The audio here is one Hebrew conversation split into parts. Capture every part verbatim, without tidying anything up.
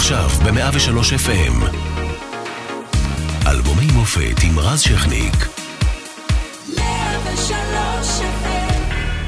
עכשיו ב-מאה ושלוש אף אם. אלבומי מופת עם רז שכניק. מאה ושלוש אף אם.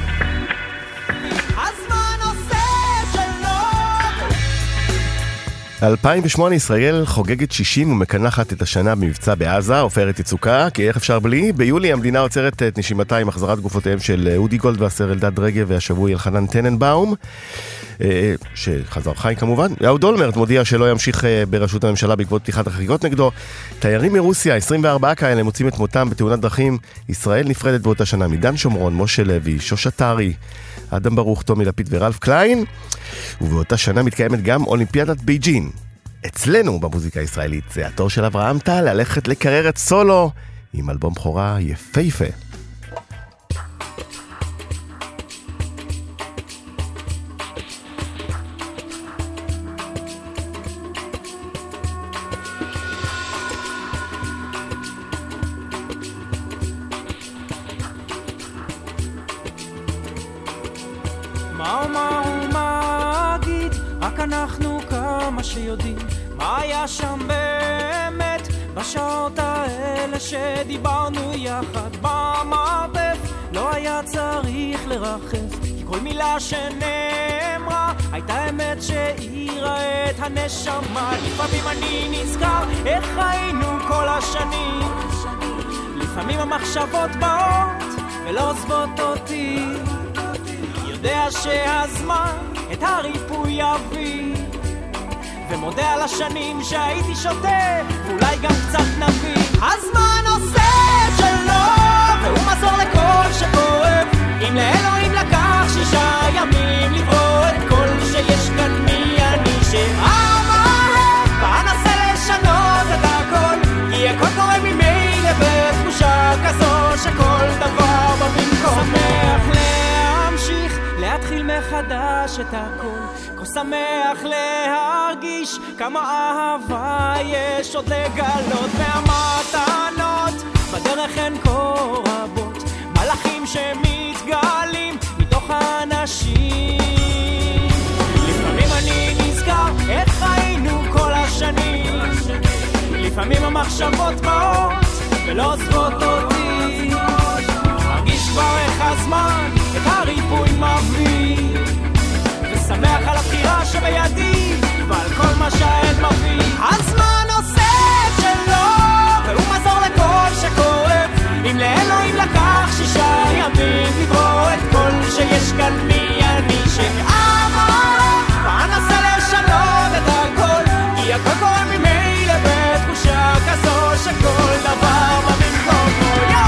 הזמן עושה שלום. אלפיים ושמונה ישראל חוגגת שישים ומקנחת את השנה במבצע בעזה, עופרת יצוקה, כי איך אפשר בלי? ביולי המדינה עוצרת את נשימתה עם החזרת גופותיהם של אודי גולדווסר, אלדד רגב והשבוי אלחנן טננבאום, שחזר חי כמובן. אהוד אולמרט מודיע שלא ימשיך בראשות הממשלה בעקבות פתיחת החגיגות נגדו. תיירים מרוסיה, עשרים וארבעה כאלה, מוצאים את מותם בתאונת דרכים. ישראל נפרדת באותה שנה מדן שומרון, משה לוי, שושה טרי, אדם ברוך, תומי לפיד ורלף קליין. ובאותה שנה מתקיימת גם אולימפיאדת בייג'ין. אצלנו במוזיקה הישראלית זה התור של אברהם טל ללכת לקריירת סולו עם אלבום בכורה יפהפה. אנחנו כמה שיודעים מה היה שם באמת בשעות האלה שדיברנו יחד במרתף. לא היה צריך לרחף, כי כל מילה שנאמרה הייתה אמת שהאירה את הנשמה. לפעמים אני נזכר איך היינו כל השנים, לפעמים המחשבות באות ולא עוזבות אותי. יודע שהזמן את הריפוי יביא, ומודה על השנים שהייתי שותה ואולי גם קצת נביא. הזמן עושה את שלו והוא מזור לכל שכואב. אם לאלוהים לקח שישה ימים לברוא את כל שיש כאן, מי אני שאמר ואנסה לשנות את הכל, כי הכל קורה ממילא בתחושה כזו שכל דבר במקום. שמח להמשיך להתחיל מחדש את הכל, כה שמח להרגיש כמה אהבה יש עוד לגלות, והמתנות בדרך הן כה רבות, מלאכים שמתגלים מתוך האנשים. לפעמים אני נזכר איך היינו כל השנים, לפעמים המחשבות באות ולא עוזבות אותי. מרגיש כבר איך הזמן את הריפוי מביא, ושמח על הבחירה שבידי ועל כל מה שהעת מביא. הזמן עושה את שלו והוא מזור לכל שכואב. אם לאלוהים לקח שישה ימים לברוא את כל שיש כאן, מי אני שאמר ואנסה לשנות את הכל, כי הכל קורה ממילא בתחושה כזו שכל דבר במקומו.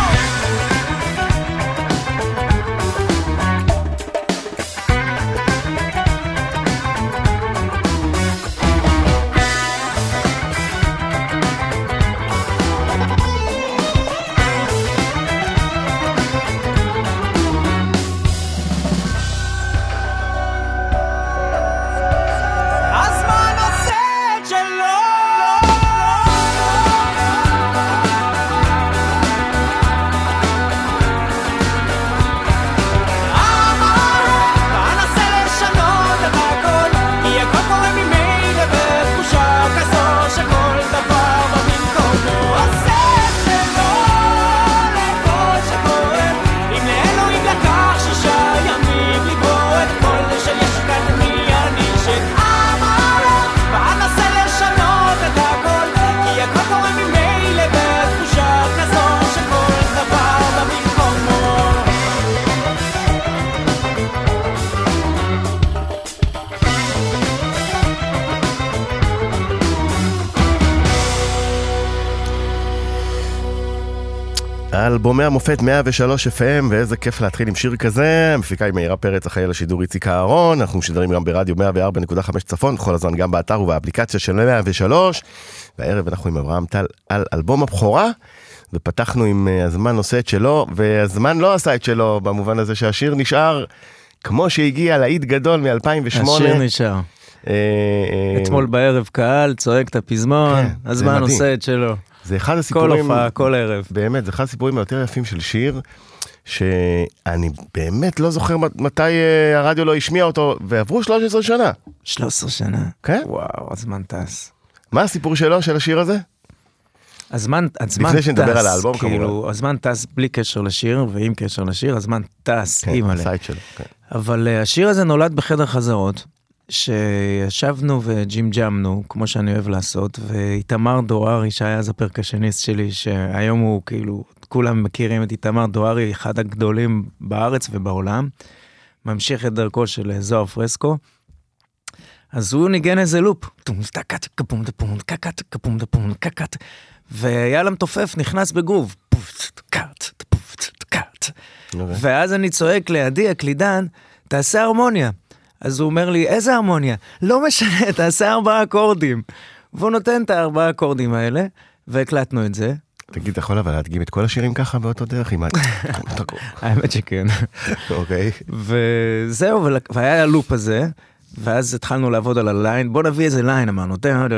אלבומי המופת מאה ושלוש אף אם, ואיזה כיף להתחיל עם שיר כזה. המפיקה היא מאירה פרץ, אחראי לשידור איציק אהרון. אנחנו משדרים גם ברדיו מאה וארבע נקודה חמש צפון, כל הזמן גם באתר ובאפליקציה של מאה ושלוש. והערב אנחנו עם אברהם טל על אלבום הבכורה, ופתחנו עם הזמן עושה את שלו, והזמן לא עשה את שלו, במובן הזה שהשיר נשאר כמו שהגיע להיט גדול מ-אלפיים ושמונה. השיר נשאר. אתמול בערב קהל צועק את הפזמון, הזמן עושה את שלו. זה אחד הסיפורים, כל הופעה, כל ערב. באמת, זה אחד הסיפורים היותר יפים של שיר, שאני באמת לא זוכר מתי הרדיו לא השמיע אותו, ועברו שלוש עשרה שנה. שלוש עשרה שנה? כן. וואו, הזמן טס. מה הסיפור שלו, של השיר הזה? הזמן, הזמן לפני טס, שנדבר על האלבום, כאילו, כמובן. הזמן טס בלי קשר לשיר, ועם קשר לשיר, הזמן טס, כן, אימא'לה. הסייט שלו, כן. אבל uh, השיר הזה נולד בחדר חזרות, שישבנו וג'ים ג'מנו, כמו שאני אוהב לעשות, ואיתמר דוארי, שהיה אז הפרקשניסט שלי, שהיום הוא כאילו, כולם מכירים את איתמר דוארי, אחד הגדולים בארץ ובעולם, ממשיך את דרכו של זוהר פרסקו, אז הוא ניגן איזה לופ, והיה למתופף נכנס בגרוב, ואז אני צועק לידי הקלידן, תעשה הרמוניה. אז הוא אומר לי, איזה הרמוניה? לא משנה, תעשה ארבעה אקורדים. והוא נותן את הארבעה אקורדים האלה, והקלטנו את זה. תגיד, אתה יכול אבל להדגים את כל השירים ככה באותו דרך? האמת שכן. אוקיי. וזהו, והיה הלופ הזה, ואז התחלנו לעבוד על הליין, בוא נביא איזה ליין, אמרנו.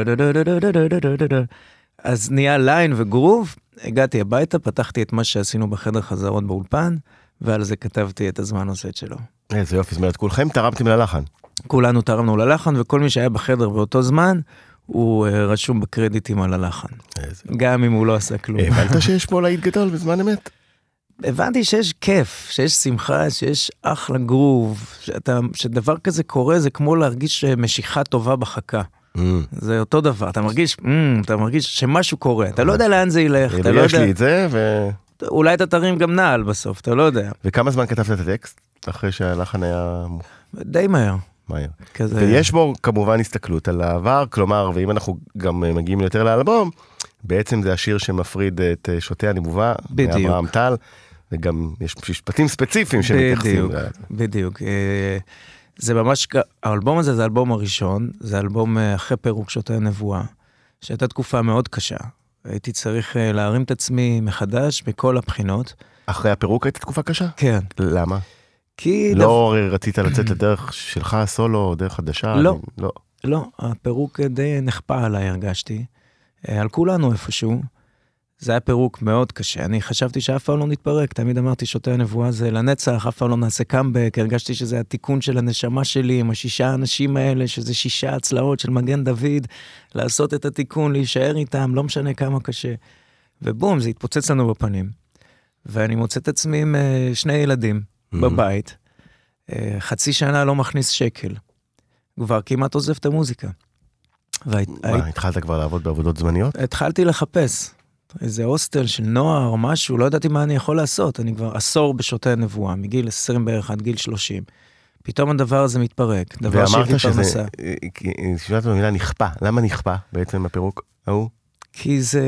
אז נהיה ליין וגרוב, הגעתי הביתה, פתחתי את מה שעשינו בחדר חזרות באולפן, ועל זה כתבתי את הזמן עושה שלו. איזה יופי, זאת אומרת, כולכם תרמתם ללחן. כולנו תרמנו ללחן, וכל מי שהיה בחדר באותו זמן, הוא רשום בקרדיטים על הלחן. גם אם הוא לא עשה כלום. הבנת שיש פה להיט גדול בזמן אמת? הבנתי שיש כיף, שיש שמחה, שיש אחלה גרוב, שאתה, שדבר כזה קורה, זה כמו להרגיש משיכה טובה בחכה. זה אותו דבר, אתה מרגיש, אתה מרגיש שמשהו קורה, אתה לא יודע לאן זה ילך, אתה לא יודע... יש לי את זה ו... אולי אתה תרים גם נעל בסוף, אתה לא יודע. וכמה זמן כתבת את הטקסט? אחרי שהלחן היה... די מהר. מהר. כזה... ויש בו כמובן הסתכלות על העבר, כלומר, ואם אנחנו גם מגיעים יותר לאלבום, בעצם זה השיר שמפריד את שותי הנבובה, מאברהם טל, וגם יש משפטים ספציפיים שמתייחסים. בדיוק, בדיוק. זה ממש, האלבום הזה זה האלבום הראשון, זה אלבום אחרי פירוק שותי הנבואה, שהייתה תקופה מאוד קשה. הייתי צריך להרים את עצמי מחדש מכל הבחינות. אחרי הפירוק הייתה תקופה קשה? כן. למה? כי... לא דו... רצית לצאת לדרך שלך סולו, דרך חדשה? לא. אני... לא. לא, הפירוק די נחפה עליי, הרגשתי. על כולנו איפשהו. זה היה פירוק מאוד קשה. אני חשבתי שאף פעם לא נתפרק. תמיד אמרתי שותי הנבואה זה לנצח, אף פעם לא נעשה קאמבק. הרגשתי שזה התיקון של הנשמה שלי, עם השישה האנשים האלה, שזה שישה הצלעות של מגן דוד, לעשות את התיקון, להישאר איתם, לא משנה כמה קשה. ובום, זה התפוצץ לנו בפנים. ואני מוצא את עצמי עם שני ילדים בבית. חצי שנה לא מכניס שקל. כבר כמעט עוזב את המוזיקה. מה, התחלת כבר לעבוד בעבודות זמניות? התחלתי לחפש. איזה הוסטל של נוער או משהו, לא ידעתי מה אני יכול לעשות. אני כבר עשור בשותי הנבואה, מגיל עשרים בערך עד גיל שלושים. פתאום הדבר הזה מתפרק. ואמרת שזה, שומעת במילה נכפה. למה נכפה בעצם הפירוק ההוא? כי זה,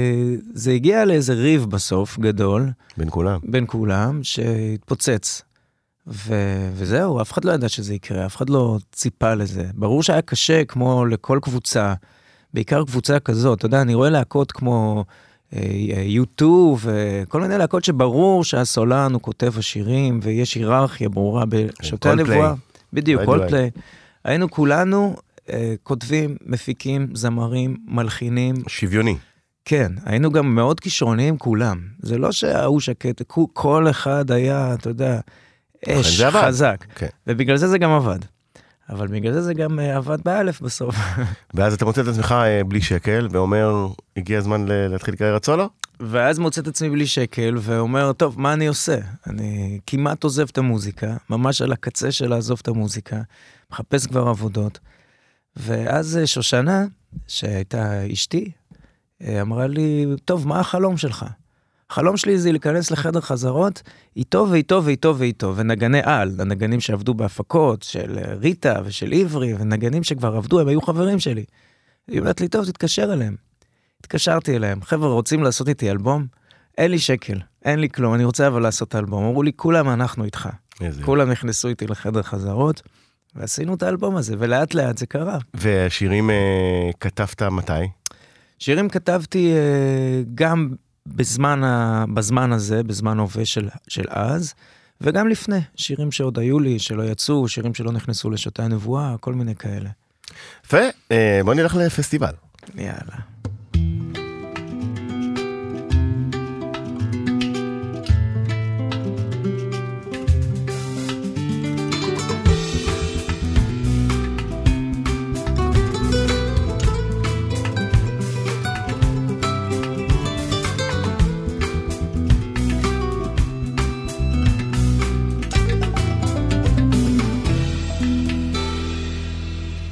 זה הגיע לאיזה ריב בסוף גדול. בין כולם. בין כולם, שהתפוצץ. ו, וזהו, אף אחד לא ידע שזה יקרה, אף אחד לא ציפה לזה. ברור שהיה קשה כמו לכל קבוצה, בעיקר קבוצה כזאת. אתה יודע, אני רואה להקות כמו יו טו וכל מיני להקות שברור שהסולן הוא כותב השירים, ויש היררכיה ברורה בשותי הנבואה. בדיוק, כל פליי. היינו כולנו כותבים, מפיקים, זמרים, מלחינים. שוויוני. כן, היינו גם מאוד כישרוניים כולם. זה לא שההוא שקט, כל אחד היה, אתה יודע, אש חזק. כן. ובגלל זה זה גם עבד. אבל בגלל זה זה גם עבד באלף בסוף. ואז אתה מוצא את עצמך בלי שקל, ואומר, הגיע הזמן להתחיל קריירת סולו? ואז מוצא את עצמי בלי שקל, ואומר, טוב, מה אני עושה? אני כמעט עוזב את המוזיקה, ממש על הקצה של לעזוב את המוזיקה, מחפש כבר עבודות. ואז שושנה, שהייתה אשתי, אמרה לי, טוב, מה החלום שלך? החלום שלי זה להיכנס לחדר חזרות, איתו ואיתו ואיתו ואיתו, ונגני על, הנגנים שעבדו בהפקות של ריטה ושל עברי, ונגנים שכבר עבדו, הם היו חברים שלי. היא אומרת לי, טוב, תתקשר אליהם. התקשרתי אליהם, חבר'ה, רוצים לעשות איתי אלבום? אין לי שקל, אין לי כלום, אני רוצה אבל לעשות אלבום. אמרו לי, כולם אנחנו איתך. כולם נכנסו איתי לחדר חזרות, ועשינו את האלבום הזה, ולאט לאט זה קרה. והשירים כתבת מתי? שירים כתבתי גם בזמן, ה, בזמן הזה, בזמן הווה של, של אז, וגם לפני, שירים שעוד היו לי, שלא יצאו, שירים שלא נכנסו לשותי הנבואה, כל מיני כאלה. יפה, בוא נלך לפסטיבל. יאללה.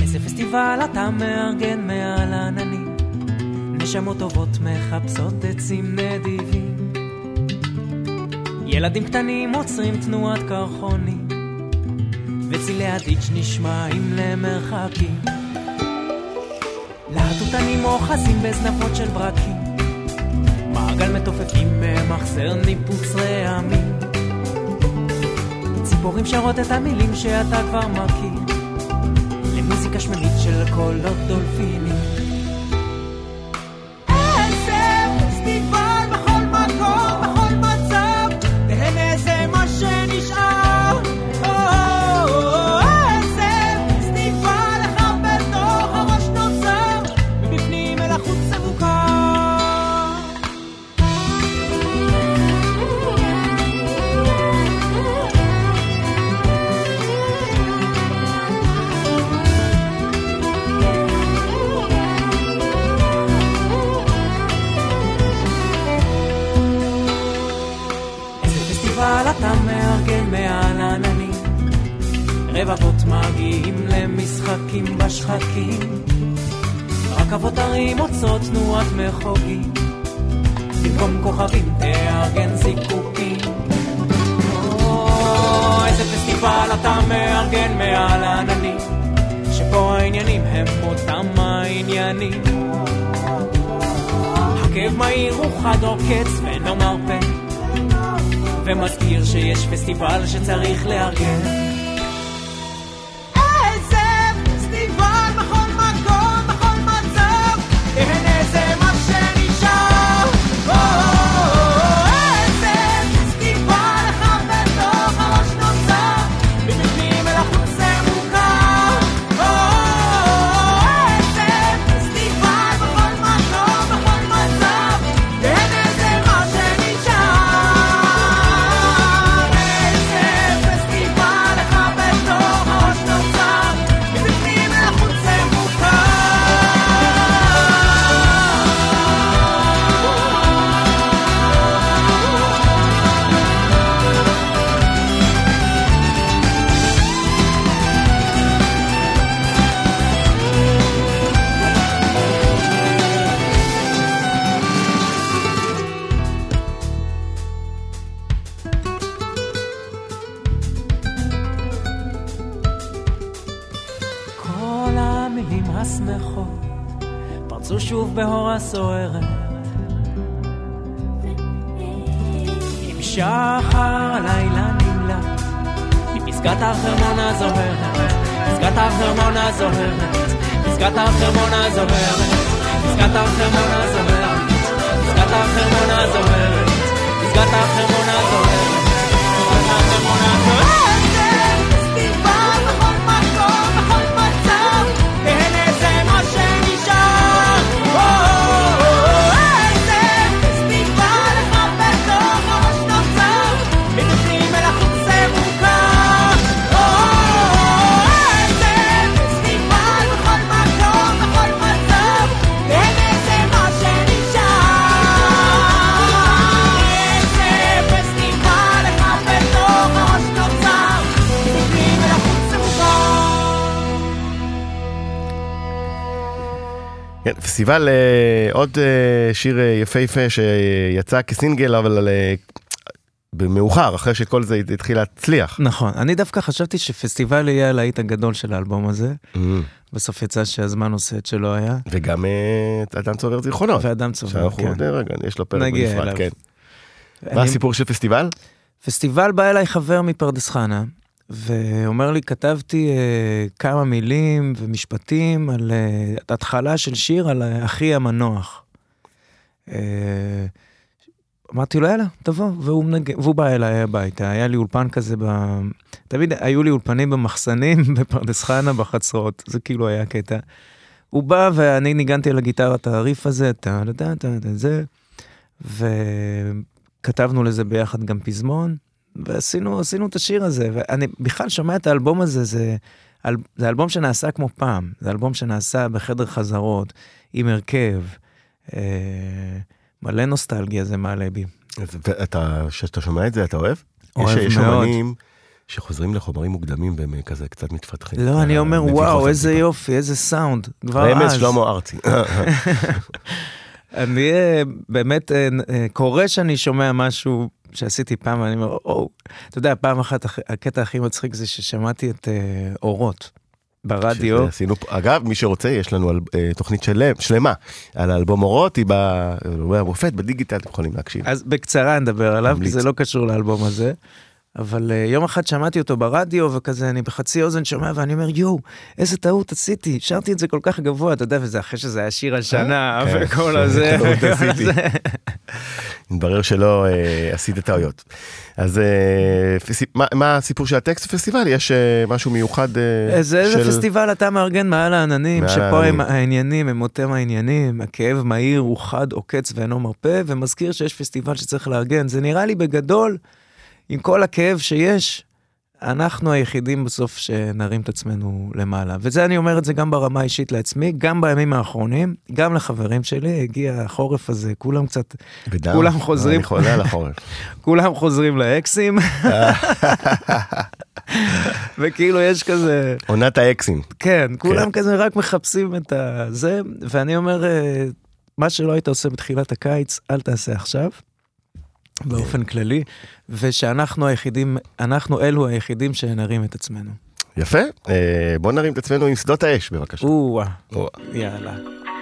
איזה פסטיבל אתה מארגן מעל עננים, נשמות טובות מחפשות עצים נדיבים, ילדים קטנים עוצרים תנועת קרחונים, וצילי הדיץ' נשמעים למרחקים, להטוטנים אוחזים בזנבות של ברקים, מעגל מתופפים במחסר ניפוץ רעמים, ציפורים שרות את המילים שאתה כבר מכיר, למוזיקה שמנית של קולות דולפינים. איזה פסטיבל בכל מקום, בכל מצב, תהנה זה מה שנשאר. איזה פסטיבל אחד בתוך הראש נוצר, מבפנים אל החוץ מבוקר. אתה מארגן מעל עננים, רבבות מגיעים למשחקים בשחקים, רכבות הרים מוצאות תנועת מחוגים, במקום כוכבים תארגן זיקוקים. איזה פסטיבל אתה מארגן מעל עננים, שפה העניינים הם אותם העניינים, הכאב מהיר הוא חד עוקץ ואינו מרפא, ומזכיר שיש פסטיבל שצריך לארגן. איזה פסטיבל בכל מקום, בכל מצב, תהנה זה מה שנשאר. איזה פסטיבל אחד בתוך הראש נוצר, מבפנים אל החוץ זה מוכר. איזה פסטיבל בכל מקום, בכל מצב, תהנה זה מה שנשאר. פרצו שוב בהורה סוערת, עם שחר הלילה נמלט, מפסגת החרמון הזוהרת, פסגת החרמון הזוהרת, פסגת החרמון הזוהרת, פסגת החרמון הזוהרת, פסגת החרמון הזוהרת, פסגת החרמון הזוהרת, פסגת החרמון הזוהרת. פסטיבל, עוד שיר יפהפה שיצא כסינגל, אבל במאוחר, אחרי שכל זה התחיל להצליח. נכון, אני דווקא חשבתי שפסטיבל יהיה הלהיט הגדול של האלבום הזה, בסוף יצא שהזמן עושה את שלא היה. וגם אדם צובר זיכרונות. ואדם צובר, כן. רגע, יש לו פרק בנפרד, כן. מה אני... הסיפור של פסטיבל? פסטיבל בא אליי חבר מפרדס חנה, ואומר לי, כתבתי uh, כמה מילים ומשפטים על uh, התחלה של שיר על אחי המנוח. Uh, אמרתי לו, יאללה, תבוא, והוא, מנג... והוא בא אליי הביתה, היה לי אולפן כזה, ב... תמיד היו לי אולפנים במחסנים, בפרדס חנה, בחצרות, זה כאילו היה קטע. הוא בא ואני ניגנתי על הגיטרה את הריף הזה, את ה... זה, וכתבנו לזה ביחד גם פזמון, ועשינו עשינו את השיר הזה, ואני בכלל שומע את האלבום הזה, זה, זה אלבום שנעשה כמו פעם, זה אלבום שנעשה בחדר חזרות, עם הרכב, אה, מלא נוסטלגיה זה מעלה בי. ואתה, שאתה שומע את זה, אתה אוהב? אוהב יש, מאוד. יש אומנים שחוזרים לחומרים מוקדמים והם כזה קצת מתפתחים. לא, אני אומר, וואו, איזה יופי, איזה סאונד, כבר אז. רמז שלמה ארצי. אני באמת קורא שאני שומע משהו שעשיתי פעם, ואני אומר, או, אתה יודע, פעם אחת, הקטע הכי מצחיק זה ששמעתי את אורות ברדיו. אגב, מי שרוצה, יש לנו תוכנית שלמה על האלבום אורות, היא במופת, בדיגיטל, אתם יכולים להקשיב. אז בקצרה נדבר עליו, כי זה לא קשור לאלבום הזה. אבל uh, יום אחד שמעתי אותו ברדיו, וכזה אני בחצי אוזן שומע, ואני אומר, יואו, איזה טעות עשיתי, שרתי את זה כל כך גבוה, אתה יודע, וזה אחרי שזה היה שיר השנה, וכל הזה. נתברר שלא עשית טעויות. אז מה הסיפור של הטקסט פסטיבל? יש משהו מיוחד של... איזה פסטיבל אתה מארגן מעל העננים, שפה הם העניינים, הם אותם העניינים, הכאב מהיר, הוא חד, עוקץ ואינו מרפא, ומזכיר שיש פסטיבל שצריך לארגן. זה נראה לי בגדול, עם כל הכאב שיש, אנחנו היחידים בסוף שנרים את עצמנו למעלה. וזה אני אומר את זה גם ברמה האישית לעצמי, גם בימים האחרונים, גם לחברים שלי, הגיע החורף הזה, כולם קצת, בדם, כולם חוזרים, אני חולה על החורף. כולם חוזרים לאקסים, וכאילו יש כזה... עונת האקסים. כן, כולם כזה רק מחפשים את זה, ואני אומר, מה שלא היית עושה בתחילת הקיץ, אל תעשה עכשיו. באופן כללי, ושאנחנו היחידים, אנחנו אלו היחידים שנרים את עצמנו. יפה, בוא נרים את עצמנו עם שדות האש, בבקשה. או-אה, יאללה.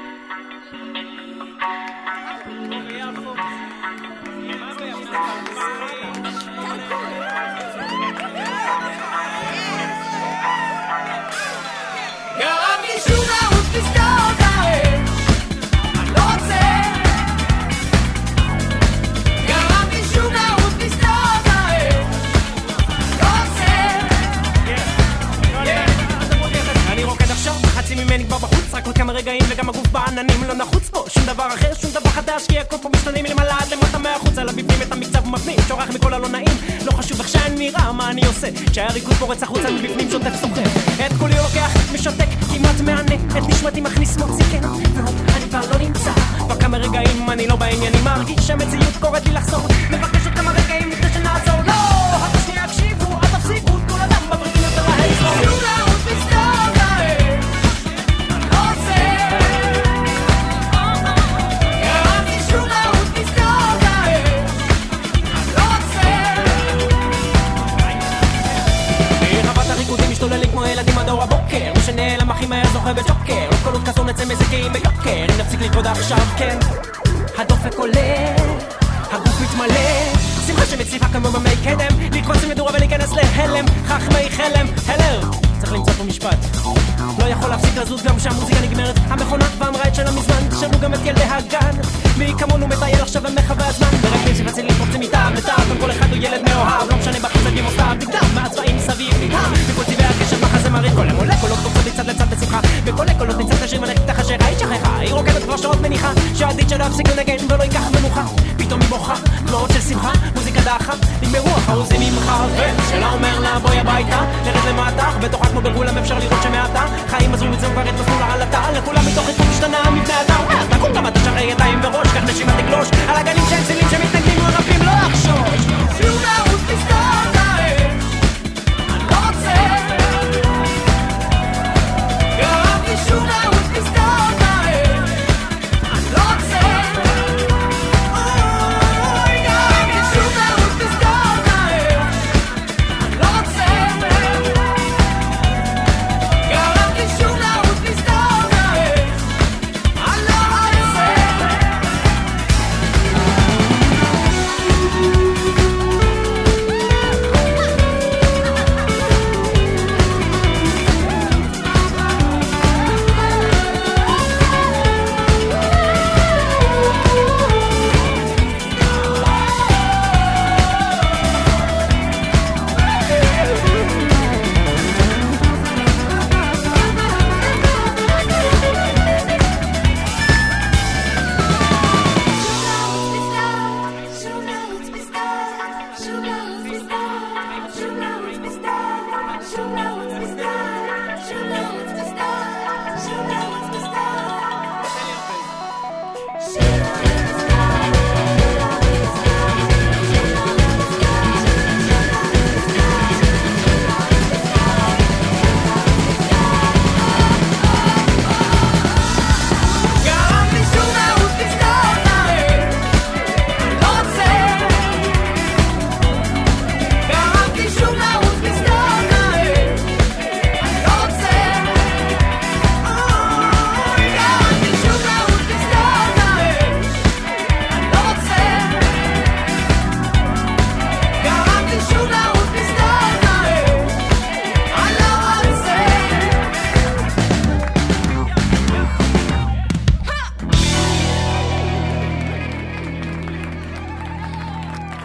כמה רגעים וגם הגוף בעננים לא נחוץ פה שום דבר אחר, שום דבר חדש כי הכל פה משתנים מלמעלה עד למטה מהחוץ עליו בפנים את המקצב ומפנים שורח מכל הלא נעים לא חשוב איך שאני נראה מה אני עושה כשהריכוז פורץ החוץ אני בפנים שוטף סוחר את כולי לוקח משתק כמעט מענה את נשמתי מכניס מוציא כן והופ אני כבר לא נמצא וכמה רגעים אני לא בעניינים מרגיש שהמציאות קוראת לי לחזור מבקש עוד כמה רגעים לפני שנעזור לא רק שנייה הקשיבו אל תפסיקו כל אדם מבריקים יותר להיזור שנעלם הכי מהר זוכה בג'וקר לא כל עוד כזו נצא מזכאים ביוקר אם נפסיק לקרוד עכשיו כן הדופק עולה הגוף מתמלא שמחה שמציפה כמו במי קדם לקרוץ עם מדורה ולהיכנס להלם חכמי חלם הלר צריך למצוא פה משפט לא יכול להפסיק לזוז גם שהמוזיקה נגמרת המכונת והמראה של המזמן תשאלו גם את ילדי הגן מי כמונו מטייל עכשיו ומחווה הזמן ברגעים שרצילים פורצים איתם לטעם כל אחד הוא ילד מאוהב לא משנה בחוץ עדים אותם תקדם מהצבעים סביב נקרא וכל צבעי הקשב מחזה מרית כל המולקולות קופצות מצד לצד בשמחה וכל הקולות נמצאת השיר מלכת החשך היית שכחה היא רוקדת כבר שעות מניחה שעדיד שלא יפסיק לנגן ולא ייקח מנוחה פתאום היא בוכה דמעות של שמחה מוזיקה דחה נגמרו החרוזים ממך ושלה אומר לה בואי הביתה נרד למטה בתוכה כמו בגולם אפשר לראות שמעתה חיים עזרו את זה כבר את מסלול העלתה לכולם מתוך עדכון משתנה מבנה אדם תקום גם אתה שרי ידיים וראש כך נשימה תגלוש על הגלים של צילים שמתנגדים ורבים לא לחשוש שוב לערוץ מסתות האש אני לא רוצה גרם לי שוב לערוץ מסתות האש אני לא רוצה אוי גרם לי שוב לערוץ מסתות האש אני לא רוצה גרם לי שוב לערוץ מסתות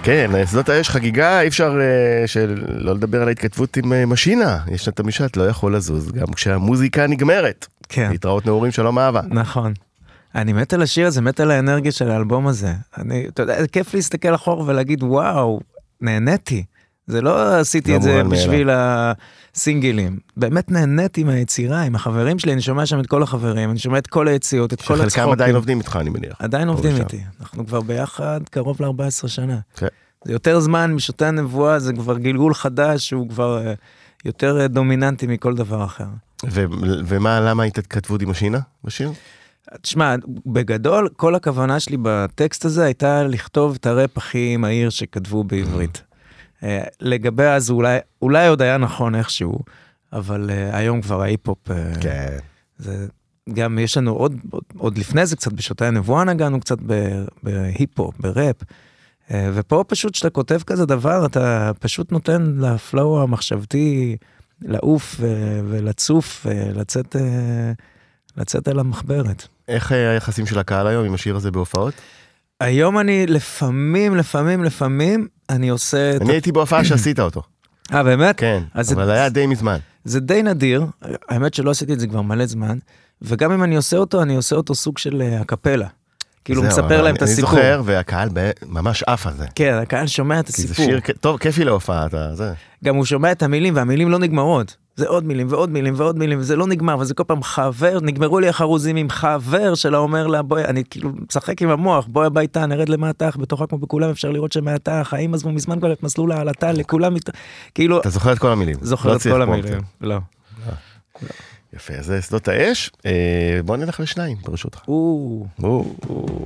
כן, שדות האש חגיגה, אי אפשר שלא לדבר על ההתכתבות עם משינה. יש את המשפט, לא יכול לזוז, גם כשהמוזיקה נגמרת. כן. להתראות נעורים שלום אהבה. נכון. אני מת על השיר הזה, מת על האנרגיה של האלבום הזה. אני, אתה יודע, כיף להסתכל אחורה ולהגיד, וואו, נהניתי. זה לא עשיתי את זה בשביל הסינגלים. באמת נהניתי מהיצירה, עם החברים שלי, אני שומע שם את כל החברים, אני שומע את כל היציאות, את כל הצחוקים. שחלקם עדיין עובדים איתך, אני מניח. עדיין עובדים איתי. אנחנו כבר ביחד קרוב ל-ארבע עשרה שנה. כן. זה יותר זמן משותי הנבואה, זה כבר גלגול חדש, שהוא כבר יותר דומיננטי מכל דבר אחר. ומה, למה היית כתבות עם השינה בשיר? תשמע, בגדול, כל הכוונה שלי בטקסט הזה הייתה לכתוב את הראפ הכי מהיר שכתבו בעברית. לגבי אז אולי, אולי עוד היה נכון איכשהו, אבל היום כבר ההיפ-הופ, כן. זה, גם יש לנו עוד, עוד, עוד לפני זה קצת בשותי הנבואה נגענו קצת בהיפ-הופ, בראפ, ופה פשוט שאתה כותב כזה דבר, אתה פשוט נותן לפלואו המחשבתי לעוף ולצוף, לצאת, לצאת על המחברת. איך היחסים של הקהל היום עם השיר הזה בהופעות? היום אני לפעמים, לפעמים, לפעמים, אני עושה... אני הייתי בהופעה שעשית אותו. אה, באמת? כן, אבל היה די מזמן. זה די נדיר, האמת שלא עשיתי את זה כבר מלא זמן, וגם אם אני עושה אותו, אני עושה אותו סוג של הקפלה. כאילו מספר להם את הסיפור. אני זוכר, והקהל ממש עף על זה. כן, הקהל שומע את הסיפור. כי זה שיר טוב, כיפי להופעה, זה. גם הוא שומע את המילים, והמילים לא נגמרות. זה עוד מילים ועוד מילים ועוד מילים, וזה לא נגמר, וזה כל פעם חבר, נגמרו לי החרוזים עם חבר שלה אומר לה, בואי, אני כאילו משחק עם המוח, בואי הביתה, נרד למטח, בתוכה כמו בכולם אפשר לראות שמטח, האם עזבו מזמן כבר את מסלול העלתה, לכולם, כאילו... אתה זוכר את כל המילים? זוכר את כל המילים, לא. יפה, זה שדות האש, בוא נלך לשניים, ברשותך. או, או, או.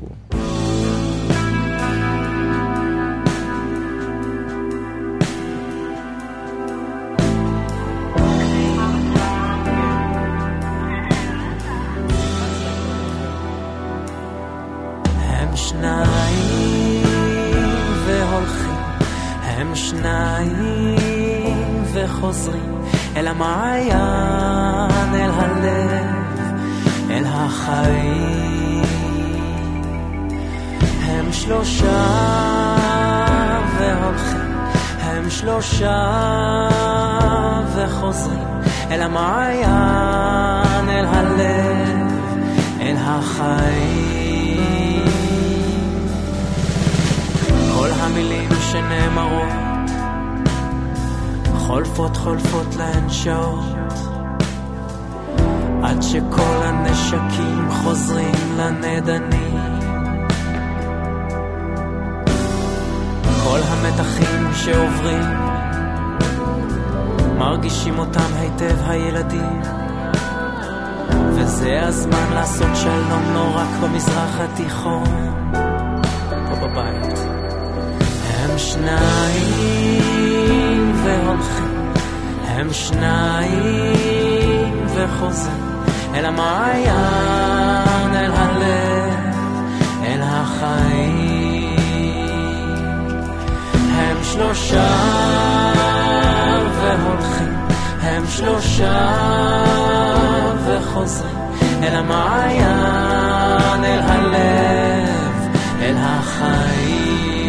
שניים והולכים, הם שניים וחוזרים אל המעיין, אל הלב, אל החיים. הם שלושה והולכים, הם שלושה וחוזרים אל המעיין, אל הלב, אל החיים. כל המילים שנאמרות חולפות חולפות להן שעות, עד שכל הנשקים חוזרים לנדנים. כל המתחים שעוברים מרגישים אותם היטב הילדים, וזה הזמן לעשות שלום, לא רק במזרח התיכון, פה בבית. הם שניים והולכים, הם שניים וחוזרים אל המעיין, אל הלב, אל החיים. הם שלושה והולכים, הם שלושה וחוזרים אל המעיין, אל הלב, אל החיים.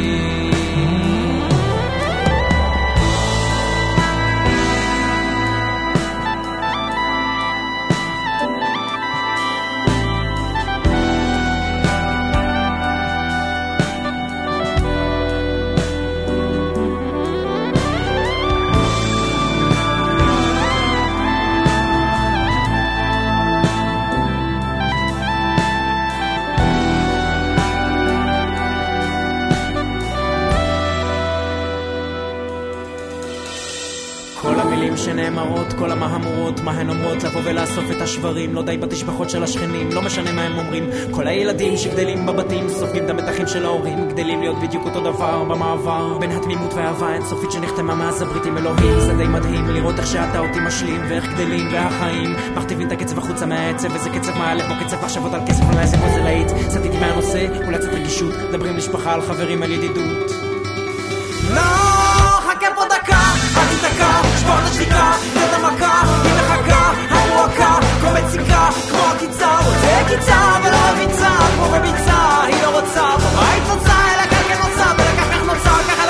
שנאמרות, כל המהמורות, מה הן אומרות, לבוא ולאסוף את השברים, לא די בתשבחות של השכנים, לא משנה מה הם אומרים. כל הילדים שגדלים בבתים, סופגים את המתחים של ההורים, גדלים להיות בדיוק אותו דבר במעבר בין התמימות והאהבה אינסופית שנחתמה מאז הברית עם אלוהים. זה די מדהים לראות איך שאתה אותי משלים, ואיך גדלים והחיים מכתיבים את הקצב החוצה מהעצב, וזה קצב מעלה בו קצב מחשבות על כסף ולעסק וזה להיט. סתיתי מהנושא, אולי קצת רגישות, דברים משפחה על חברים על ידידות. לא, חכה פה דקה, אל תתקע, שבור את השתיקה, זאת המכה, היא מחכה, המועקה, כמו מציקה, כמו הקיצה, רוצה קיצה, ולא הביצה, כמו בביצה, היא לא רוצה, בבית נוצה, אלא כאן כן נוצה, ולכך כך נוצה, ככה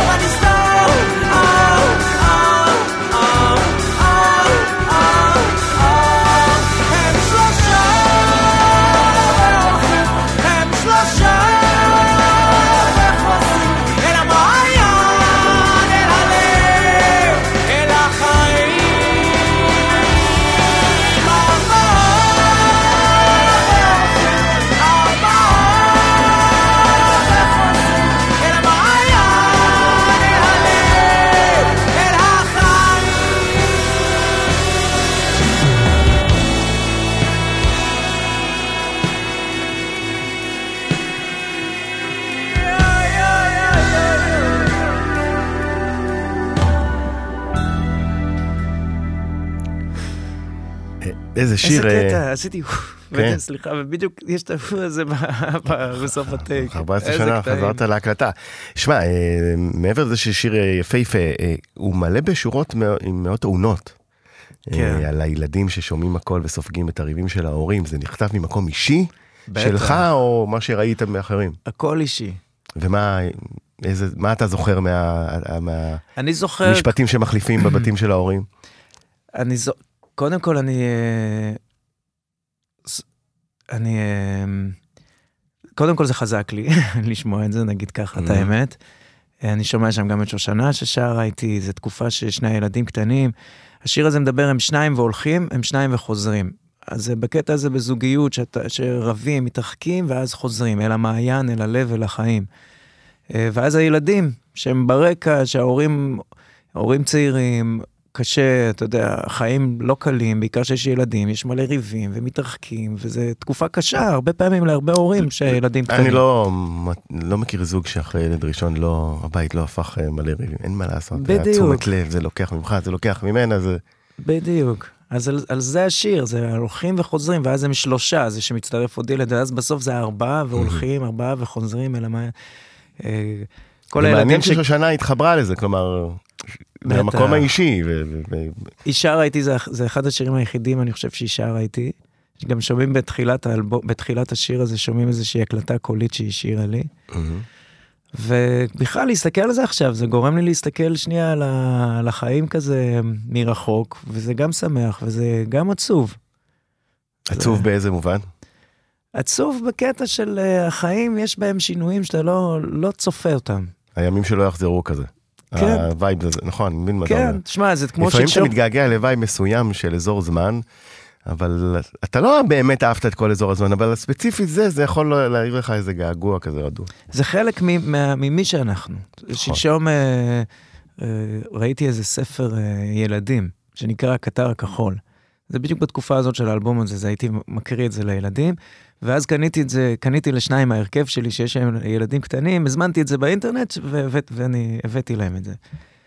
איזה שיר... איזה קטע, עשיתי... סליחה, ובדיוק יש את הפור הזה בסוף הטייק. ארבע עשרה שנה חזרת להקלטה. שמע, מעבר לזה ששיר יפהפה, הוא מלא בשורות עם מאות תאונות. על הילדים ששומעים הכל וסופגים את הריבים של ההורים. זה נכתב ממקום אישי שלך או מה שראית מאחרים? הכל אישי. ומה איזה, מה אתה זוכר מהמשפטים שמחליפים בבתים של ההורים? אני זוכר... קודם כל, אני, אני, קודם כל זה חזק לי, לשמוע את זה, נגיד ככה, את האמת. אני שומע שם גם את שושנה ששרה איתי, זו תקופה ששני ילדים קטנים. השיר הזה מדבר, הם שניים והולכים, הם שניים וחוזרים. אז בקטע הזה בזוגיות, שרבים, מתרחקים, ואז חוזרים, אל המעיין, אל הלב, אל החיים. ואז הילדים, שהם ברקע, שההורים, ההורים צעירים, קשה, אתה יודע, חיים לא קלים, בעיקר שיש ילדים, יש מלא ריבים ומתרחקים, וזו תקופה קשה, הרבה פעמים להרבה הורים שהילדים קטנים. אני לא, לא מכיר זוג שאחרי ילד ראשון, לא, הבית לא הפך מלא ריבים, אין מה לעשות. בדיוק. תשומת לב, זה לוקח ממך, זה לוקח ממנה, זה... בדיוק. אז על, על זה השיר, זה הולכים וחוזרים, ואז הם שלושה, זה שמצטרף עוד ילד, ואז בסוף זה ארבעה, והולכים, ארבעה וחוזרים, אלא מה... כל הילדים... מעניין ששושנה התחברה לזה, כלומר... מהמקום האישי. היא שרה איתי, זה אחד השירים היחידים, אני חושב שהיא שרה איתי. גם שומעים בתחילת השיר הזה, שומעים איזושהי הקלטה קולית שהיא שירה לי. ובכלל, להסתכל על זה עכשיו, זה גורם לי להסתכל שנייה על החיים כזה מרחוק, וזה גם שמח, וזה גם עצוב. עצוב באיזה מובן? עצוב בקטע של החיים, יש בהם שינויים שאתה לא צופה אותם. הימים שלא יחזרו כזה. כן. הווייב הזה, נכון, מבין מה אתה אומר. כן, תשמע, זה כמו לפעמים אתה מתגעגע לווייב מסוים של אזור זמן, אבל אתה לא באמת אהבת את כל אזור הזמן, אבל הספציפית זה, זה יכול להעיר לך איזה געגוע כזה רדוד. זה חלק ממי שאנחנו. שלשום ראיתי איזה ספר ילדים, שנקרא הקטר הכחול. זה בדיוק בתקופה הזאת של האלבום הזה, זה הייתי מקריא את זה לילדים, ואז קניתי את זה, קניתי לשניים מהרכב שלי, שיש להם ילדים קטנים, הזמנתי את זה באינטרנט, ואני הבאתי להם את זה.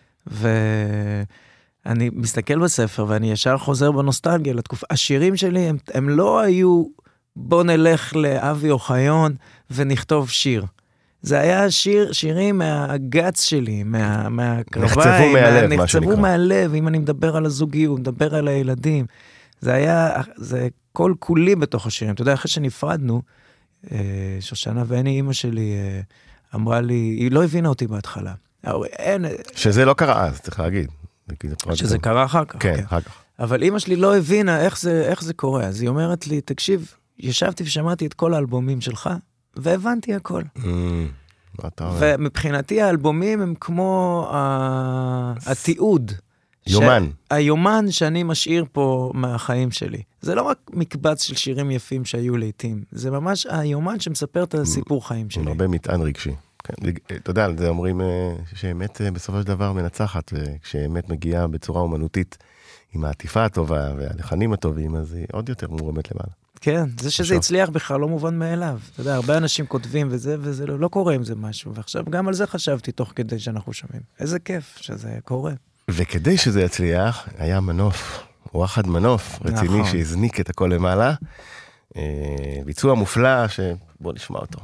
ואני מסתכל בספר, ואני ישר חוזר בנוסטלגיה לתקופה. השירים שלי, הם, הם לא היו, בוא נלך לאבי אוחיון, ונכתוב שיר. זה היה שיר, שירים מהגץ שלי, מה, מהקרביים. נחצבו מהלב, מה, מה שנקרא. נחצבו מהלב, אם אני מדבר על הזוגיות, מדבר על הילדים. זה היה, זה כל כולי בתוך השירים. אתה יודע, אחרי שנפרדנו, שושנה ואני, אמא שלי, אמרה לי, היא לא הבינה אותי בהתחלה. אין... שזה לא קרה אז, צריך להגיד. שזה קרה אחר כך. כן, אחר כך. אבל אמא שלי לא הבינה איך זה, איך זה קורה. אז היא אומרת לי, תקשיב, ישבתי ושמעתי את כל האלבומים שלך, והבנתי הכל. ומבחינתי האלבומים הם כמו התיעוד. יומן. היומן שאני משאיר פה מהחיים שלי. זה לא רק מקבץ של שירים יפים שהיו לעתים, זה ממש היומן שמספר את הסיפור חיים שלי. הרבה מטען רגשי. אתה יודע, זה אומרים שאמת בסופו של דבר מנצחת, וכשאמת מגיעה בצורה אומנותית עם העטיפה הטובה והלחנים הטובים, אז היא עוד יותר מורמת למעלה. כן, זה שזה הצליח בכלל לא מובן מאליו. אתה יודע, הרבה אנשים כותבים וזה, וזה לא, לא קורה עם זה משהו. ועכשיו גם על זה חשבתי תוך כדי שאנחנו שומעים. איזה כיף שזה קורה. וכדי שזה יצליח, היה מנוף, וואחד מנוף רציני נכון. שהזניק את הכל למעלה. ביצוע מופלא, שבוא נשמע אותו.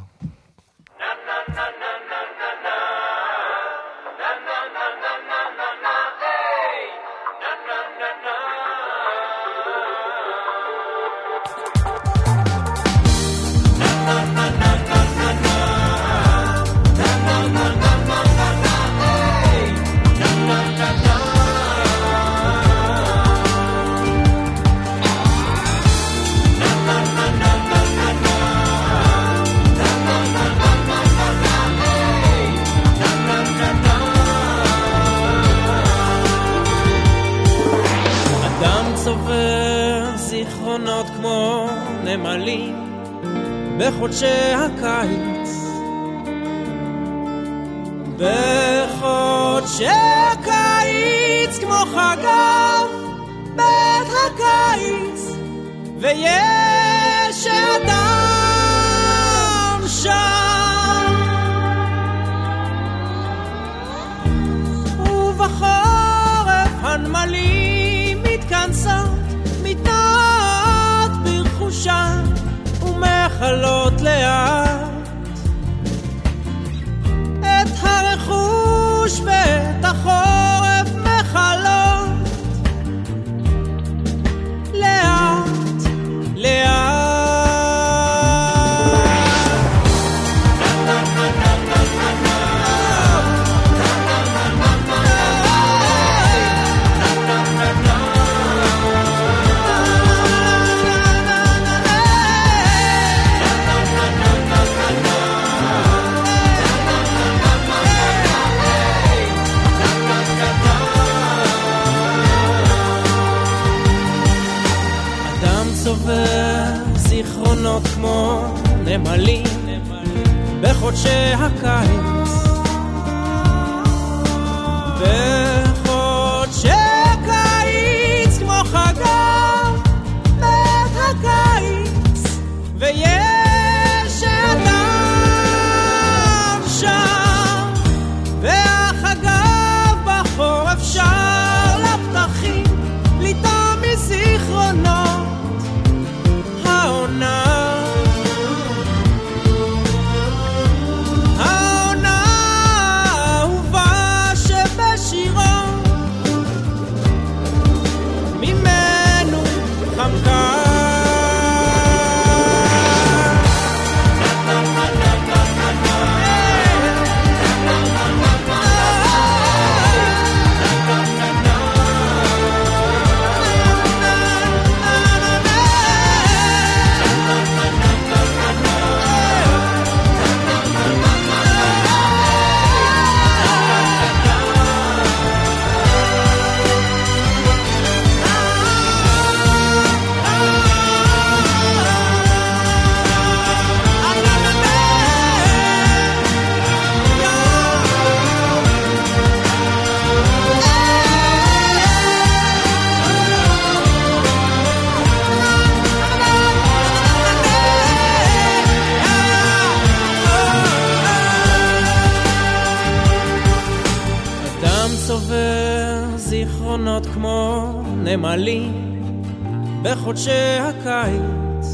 צובר זיכרונות כמו נמלים בחודשי הקיץ, בחודשי הקיץ כמו חגב בית הקיץ, ויש אדם שם, ובחורף הנמלים מתכנסות, מתנעות ברכושם ומחלות לאט את הרכוש ואת החורף מחלות לאט לאט. זיכרונות כמו נמלים בחודשי הקיץ, בחודשי הקיץ כמו חגב בית הקיץ, ויש אדם שם, והחגב בחורף שר לפתחים לטעום מזיכרונות העונה, העונה האהובה שבשירו ממנו חמקה. זיכרונות כמו נמלים בחודשי הקיץ.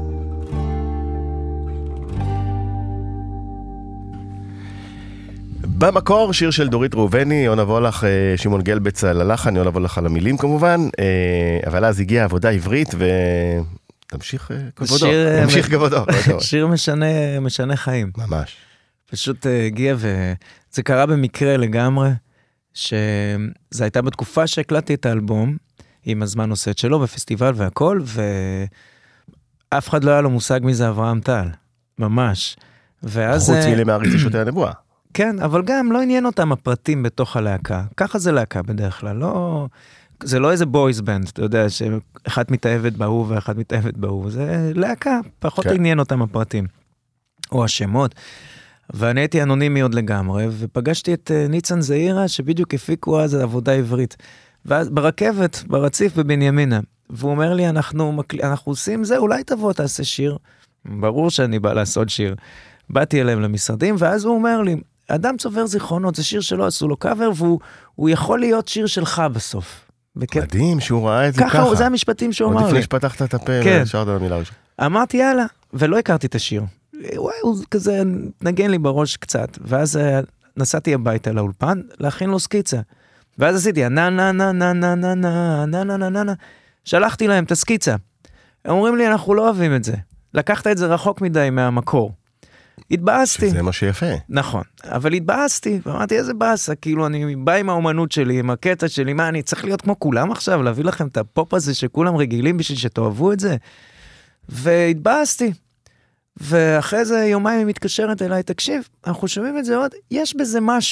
במקור שיר של דורית ראובני, יונה וולך, שמעון גלבץ על הלחן, יונה וולך על המילים כמובן, אבל אז הגיעה עבודה עברית ותמשיך כבודו, תמשיך כבודו. שיר משנה, משנה חיים. ממש. פשוט הגיע וזה קרה במקרה לגמרי. שזה הייתה בתקופה שהקלטתי את האלבום, עם הזמן עושה את שלו, בפסטיבל והכל, ואף אחד לא היה לו מושג מי זה אברהם טל, ממש. ואז... חוץ מלמעריץ לשוטי הנבואה. כן, אבל גם לא עניין אותם הפרטים בתוך הלהקה. ככה זה להקה בדרך כלל, לא... זה לא איזה בויז בנד, אתה יודע, שאחת מתאהבת בהוא ואחת מתאהבת בהוא, זה להקה, פחות כן. עניין אותם הפרטים. או השמות. ואני הייתי אנונימי עוד לגמרי, ופגשתי את ניצן זעירה, שבדיוק הפיקו אז עבודה עברית. ואז ברכבת, ברציף בבנימינה. והוא אומר לי, אנחנו, מקל... אנחנו עושים זה, אולי תבוא, תעשה שיר. ברור שאני בא לעשות שיר. באתי אליהם למשרדים, ואז הוא אומר לי, אדם צובר זיכרונות, זה שיר שלא עשו לו קאבר, והוא יכול להיות שיר שלך בסוף. בקט... מדהים שהוא ראה את זה ככה. ככה, זה המשפטים שהוא אמר לי. עוד לפני שפתחת את הפה, כן. ושארת במילה ראשונה. אמרתי, יאללה, ולא הכרתי את השיר. וואי, הוא כזה נגן לי בראש קצת, ואז נסעתי הביתה לאולפן, להכין לו סקיצה. ואז עשיתי, נה נה נה נה נה נה נה נה נה נה נה, שלחתי להם את הסקיצה. הם אומרים לי, אנחנו לא אוהבים את זה. לקחת את זה רחוק מדי מהמקור. התבאסתי. שזה מה שיפה. נכון, אבל התבאסתי, ואמרתי, איזה באסה, כאילו אני בא עם האומנות שלי, עם הקטע שלי, מה, אני צריך להיות כמו כולם עכשיו, להביא לכם את הפופ הזה שכולם רגילים בשביל שתאהבו את זה. והתבאסתי. ואחרי זה יומיים היא מתקשרת אליי, תקשיב, אנחנו שומעים את זה עוד, יש בזה משהו.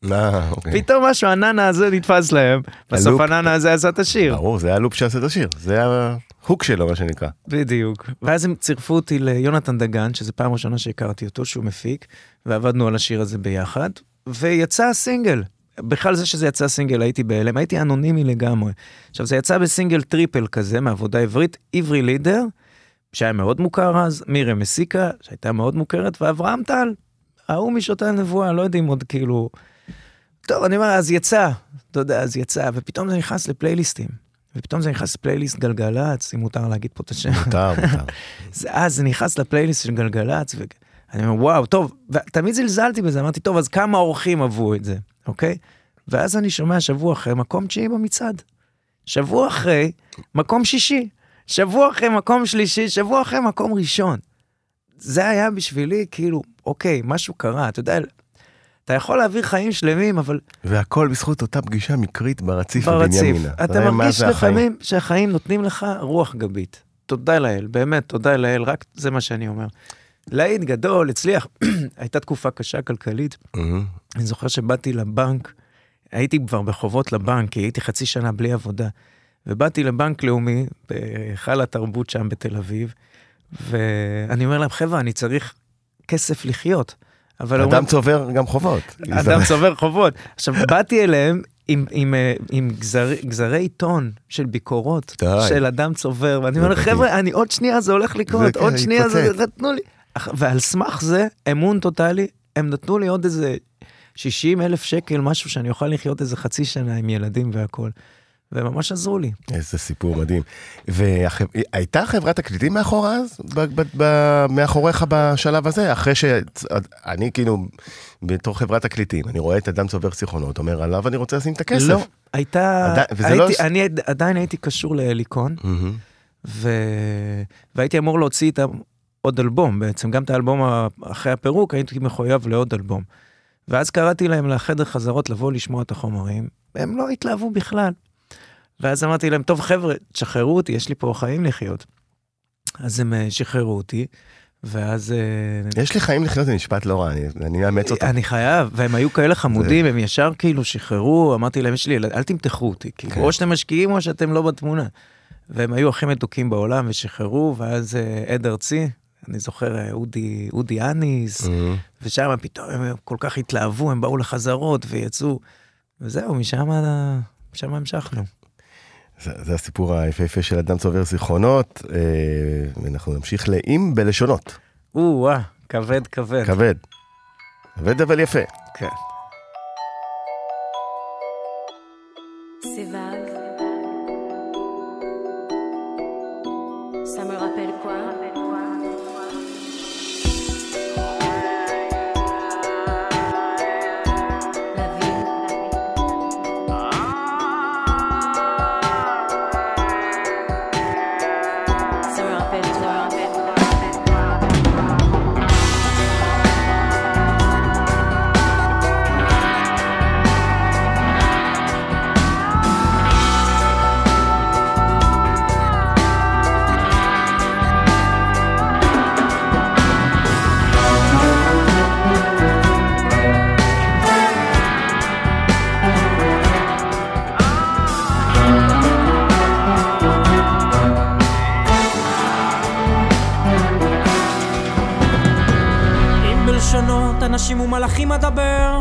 אה, אוקיי. פתאום משהו, הננה הזה נתפס להם, בסוף הננה הזה עשה את השיר. ברור, זה היה לופ שעשה את השיר, זה היה ההוק שלו, מה שנקרא. בדיוק. ואז הם צירפו אותי ליונתן דגן, שזו פעם ראשונה שהכרתי אותו, שהוא מפיק, ועבדנו על השיר הזה ביחד, ויצא הסינגל. בכלל זה שזה יצא סינגל, הייתי בהלם, הייתי אנונימי לגמרי. עכשיו, זה יצא בסינגל טריפל כזה, מעבודה עברית, עברי לידר, שהיה מאוד מוכר אז, מירי מסיקה, שהייתה מאוד מוכרת, ואברהם טל, ההוא משותה הנבואה, לא יודעים עוד כאילו... טוב, אני אומר, אז יצא, אתה יודע, אז יצא, ופתאום זה נכנס לפלייליסטים, ופתאום זה נכנס לפלייליסט גלגלץ, אם מותר להגיד פה את השם. מותר, מותר. אז זה נכנס לפלייליסט של גלגלץ, ואני אומר, וואו, טוב, ותמיד זלזלתי בזה, אמרתי, טוב, אז כמה אורחים עברו את זה, אוקיי? ואז אני שומע שבוע אחרי, מקום תשיעי במצעד. שבוע אחרי, מקום שישי. שבוע אחרי, מקום שלישי, שבוע אחרי, מקום ראשון. זה היה בשבילי, כאילו, אוקיי, משהו קרה, אתה יודע, אתה יכול להעביר חיים שלמים, אבל... והכל בזכות אותה פגישה מקרית ברציף ברציף. בבנימינה. אתה מרגיש לפעמים שהחיים נותנים לך רוח גבית. תודה לאל, באמת, תודה לאל, רק זה מה שאני אומר. להיט גדול, הצליח. הייתה תקופה קשה כלכלית. אני זוכר שבאתי לבנק, הייתי כבר בחובות לבנק, כי הייתי חצי שנה בלי עבודה, ובאתי לבנק לאומי, בהיכל התרבות שם בתל אביב, ואני אומר להם, חבר'ה, אני צריך כסף לחיות. אדם צובר גם חובות. אדם צובר חובות. עכשיו, באתי אליהם עם, עם, עם גזר, גזרי עיתון של ביקורות, די. של אדם צובר, ואני אומר, חבר'ה, אני עוד שנייה זה הולך לקרות, עוד שנייה זה נתנו לי. ועל סמך זה, אמון טוטלי, הם נתנו לי עוד איזה שישים אלף שקל, משהו שאני אוכל לחיות איזה חצי שנה עם ילדים והכל. וממש עזרו לי. איזה סיפור מדהים. והייתה חברת תקליטים מאחורה אז? מאחוריך בשלב הזה? אחרי שאני כאילו, בתור חברת תקליטים, אני רואה את אדם צובר זיכרונות, אומר עליו, אני רוצה לשים את הכסף. לא, הייתה, אני עדיין הייתי קשור להליקון, והייתי אמור להוציא איתם עוד אלבום בעצם, גם את האלבום אחרי הפירוק, הייתי מחויב לעוד אלבום. ואז קראתי להם לחדר חזרות לבוא לשמוע את החומרים, והם לא התלהבו בכלל. ואז אמרתי להם, טוב חבר'ה, תשחררו אותי, יש לי פה חיים לחיות. אז הם שחררו אותי, ואז... יש לי חיים לחיות, זה נשפט לא רע, אני אאמץ אותם. אני חייב, והם היו כאלה חמודים, הם ישר כאילו שחררו, אמרתי להם, יש לי, אל תמתחו אותי, או שאתם משקיעים או שאתם לא בתמונה. והם היו הכי מתוקים בעולם, ושחררו, ואז עד ארצי, אני זוכר, אודי, אודי אניס, ושם פתאום הם כל כך התלהבו, הם באו לחזרות ויצאו, וזהו, משם, משם המשכנו. זה, זה הסיפור היפהפה של אדם צובר זיכרונות, ואנחנו נמשיך לאם בלשונות. או-אה, כבד, כבד. כבד. כבד אבל יפה. כן. אנשים ומלאכים אדבר,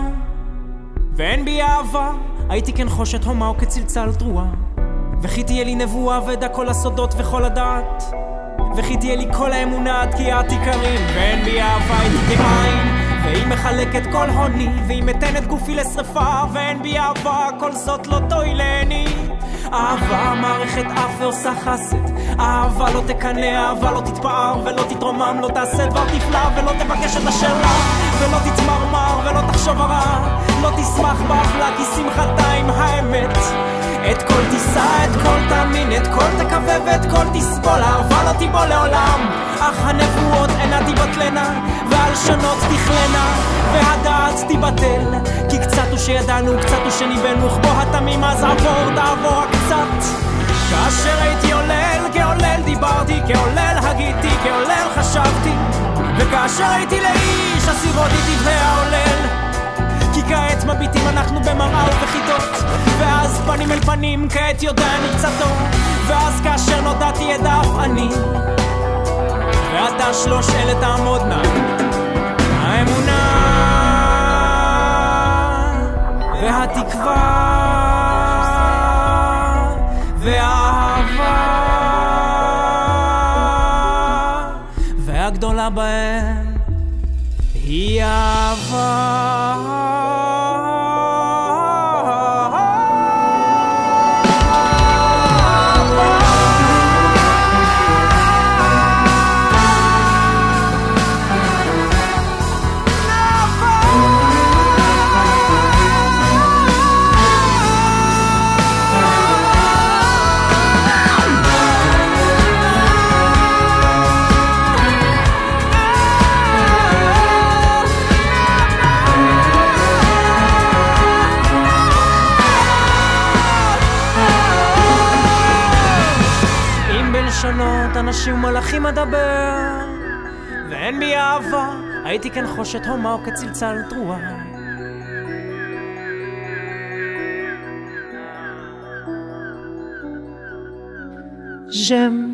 ואין בי אהבה, הייתי כן חושת הומה או כצלצל תרועה, וכי תהיה לי נבואה ודע כל הסודות וכל הדעת, וכי תהיה לי כל האמונה עד כי העתיקרים, ואין בי אהבה, הייתי כעין, והיא מחלקת כל הוני, והיא מתנת גופי לשרפה, ואין בי אהבה, כל זאת לא תועילני. אהבה מערכת אף ועושה חסד, אהבה לא תקנה, אהבה לא תתפאר ולא תתרומם, לא תעשה דבר תפלא ולא תבקש את השאלה, ולא תתמרמר ולא תחשוב הרע, לא תשמח באפלה כי שמחתה עם האמת. את כל תישא, את כל תאמין, את כל תקווה ואת כל תסבול, אהבה לא תיבול לעולם, אך הנבואות אינה תיבטלנה, והלשונות תכלנה, והדעת תיבטל, כי קצת הוא שידענו, קצת הוא שניבנו, בו התמים אז עבור, תעבור הקצת. כאשר הייתי עולל, כעולל דיברתי, כעולל הגיתי, כעולל חשבתי, וכאשר הייתי לאיש, הסירות איתי והעולל, כי כעת מביטים אנחנו במראה ובחידות, ואז פנים אל פנים כעת יודע אני קצת טוב, ואז כאשר נודעתי אדע אף אני ואתה שלוש אלה תעמוד נא האמונה והתקווה והאהבה והגדולה בהם היא אהבה. שונות אנשים ומלאכים אדבר ואין בי אהבה הייתי כן חושת הומה או כצלצל תרועה. ז'ם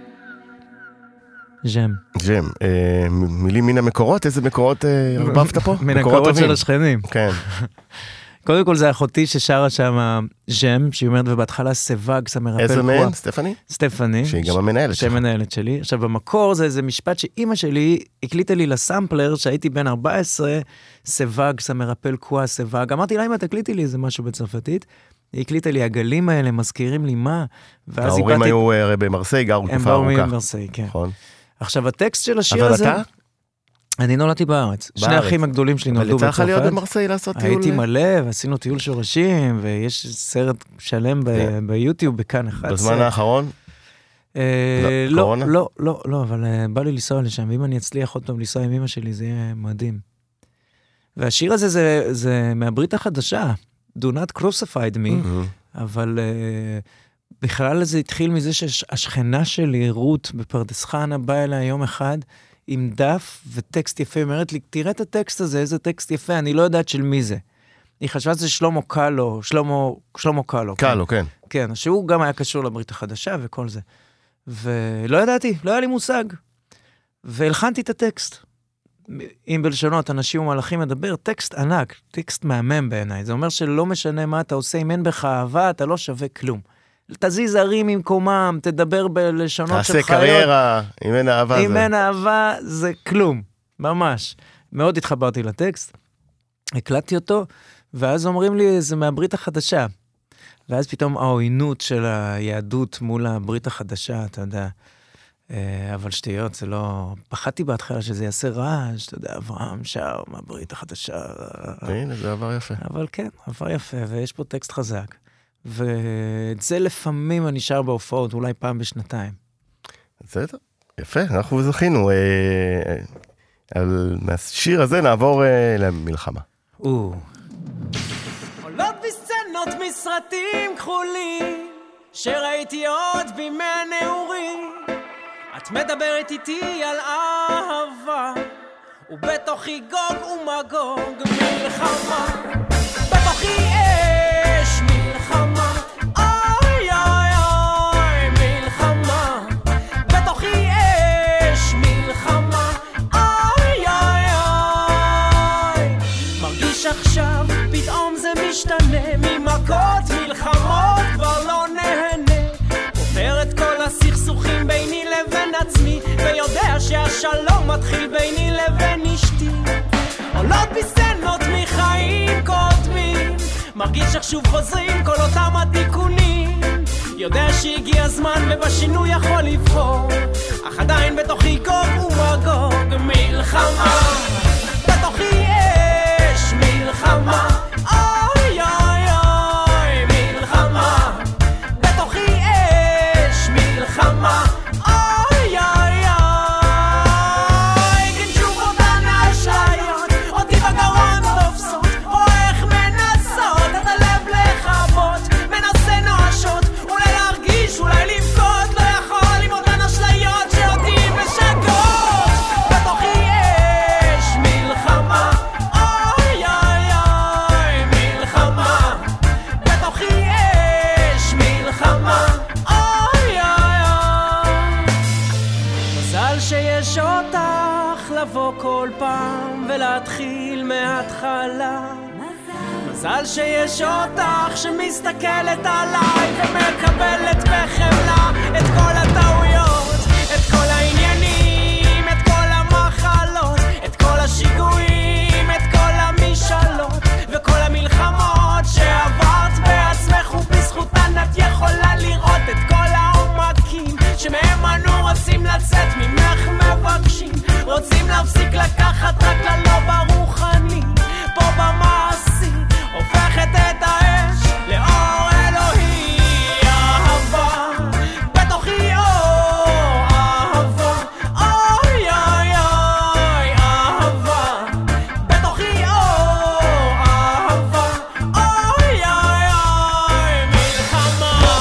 ז'ם ז'ם, אה, מילים מן המקורות, איזה מקורות אה, הרבבת פה? מן המקורות של השכנים. כן. קודם כל זה אחותי ששרה שם ז'ם, שהיא אומרת ובהתחלה סבג, סמרפל קוע. איזה מהן? סטפני? סטפני. שהיא גם המנהלת שהיא המנהלת שלי. עכשיו במקור זה איזה משפט שאימא שלי הקליטה לי לסמפלר, שהייתי בן ארבע עשרה, סבג, סמרפל קוע, סבג. אמרתי לה, אמא תקליטי לי איזה משהו בצרפתית. היא הקליטה לי, הגלים האלה מזכירים לי מה. ההורים היו במרסיי, גרו תקופה ארוכה. הם באו ממרסיי, כן. נכון. עכשיו הטקסט של השיר הזה... אבל אתה? אני נולדתי בארץ. שני האחים הגדולים שלי נולדו בצרפת. אבל יצא לך להיות במרסיי לעשות טיול? הייתי מלא, ועשינו טיול שורשים, ויש סרט שלם ביוטיוב, בכאן אחד. בזמן האחרון? לא, לא, לא, לא, אבל בא לי לנסוע לשם, ואם אני אצליח עוד פעם לנסוע עם אמא שלי, זה יהיה מדהים. והשיר הזה זה מהברית החדשה, Do not crucified me, אבל בכלל זה התחיל מזה שהשכנה שלי, רות, בפרדס חנה, באה אליה יום אחד, עם דף וטקסט יפה, היא אומרת לי, תראה את הטקסט הזה, איזה טקסט יפה, אני לא יודעת של מי זה. היא חשבה שזה שלמה קלו, שלמה, שלמה קלו. קלו, כן. כן, שהוא גם היה קשור לברית החדשה וכל זה. ולא ידעתי, לא היה לי מושג. והלחנתי את הטקסט. אם בלשונות, אנשים ומלאכים מדבר, טקסט ענק, טקסט מהמם בעיניי. זה אומר שלא משנה מה אתה עושה, אם אין בך אהבה, אתה לא שווה כלום. תזיז ערים ממקומם, תדבר בלשונות של חיות. תעשה קריירה, אם אין אהבה זה. אם אין אהבה זה כלום, ממש. מאוד התחברתי לטקסט, הקלטתי אותו, ואז אומרים לי, זה מהברית החדשה. ואז פתאום העוינות של היהדות מול הברית החדשה, אתה יודע. אבל שטויות, זה לא... פחדתי בהתחלה שזה יעשה רעש, אתה יודע, אברהם שר מהברית החדשה. הנה, זה עבר יפה. אבל כן, עבר יפה, ויש פה טקסט חזק. ואת זה לפעמים אני שר בהופעות, אולי פעם בשנתיים. זה טוב, יפה, אנחנו זכינו. מהשיר הזה נעבור למלחמה. או. עולות בסצנות מסרטים כחולים, שראיתי עוד בימי הנעורים. את מדברת איתי על אהבה, ובתוכי גוג ומגוג מלחמה. בתוכי אש מלחמה, אוי אוי אוי מלחמה. בתוכי אש מלחמה, אוי אוי אוי. מרגיש עכשיו פתאום זה משתנה, ממכות מלחמות כבר לא נהנה. עובר את כל הסכסוכים ביני לבין עצמי, ויודע שהשלום מתחיל ביני לבין אשתי. עולות בסצנות מחיים קודמים, מרגיש איך שוב חוזרים כל אותם התיקונים. יודע שהגיע הזמן ובשינוי יכול לבחור, אך עדיין בתוכי גוג ומגוג מלחמה. בתוכי אש מלחמה, אוי אוי אוי מלחמה. בתוכי אש מלחמה, אוי אוי אוי. כן שוב אותן האשליות, אותי בגרון תופסות, או איך מנסות את הלב לחבות. מנסה נואשות, אולי להרגיש, אולי לבכות, לא יכול עם אותן אשליות שאותי משגעות. בתוכי אש מלחמה, כל פעם ולהתחיל מההתחלה. מזל שיש אותך שמסתכלת עליי ומקבלת בחמלה את כל הטעויות, את כל העניינים, את כל המחלות, את כל השיגועים, את כל המשאלות וכל המלחמות שעברת בעצמך, ובזכותן את יכולה לראות את כל העומקים שמהם אנו רוצים לצאת ממך מבקשים, רוצים להפסיק לקחת רק ללא ברוחני, פה במעשי הופכת את האש לאור אלוהי. אהבה בתוכי, אור אהבה, אוי אוי אוי אהבה בתוכי, אור אהבה, אוי אוי אוי מלחמה.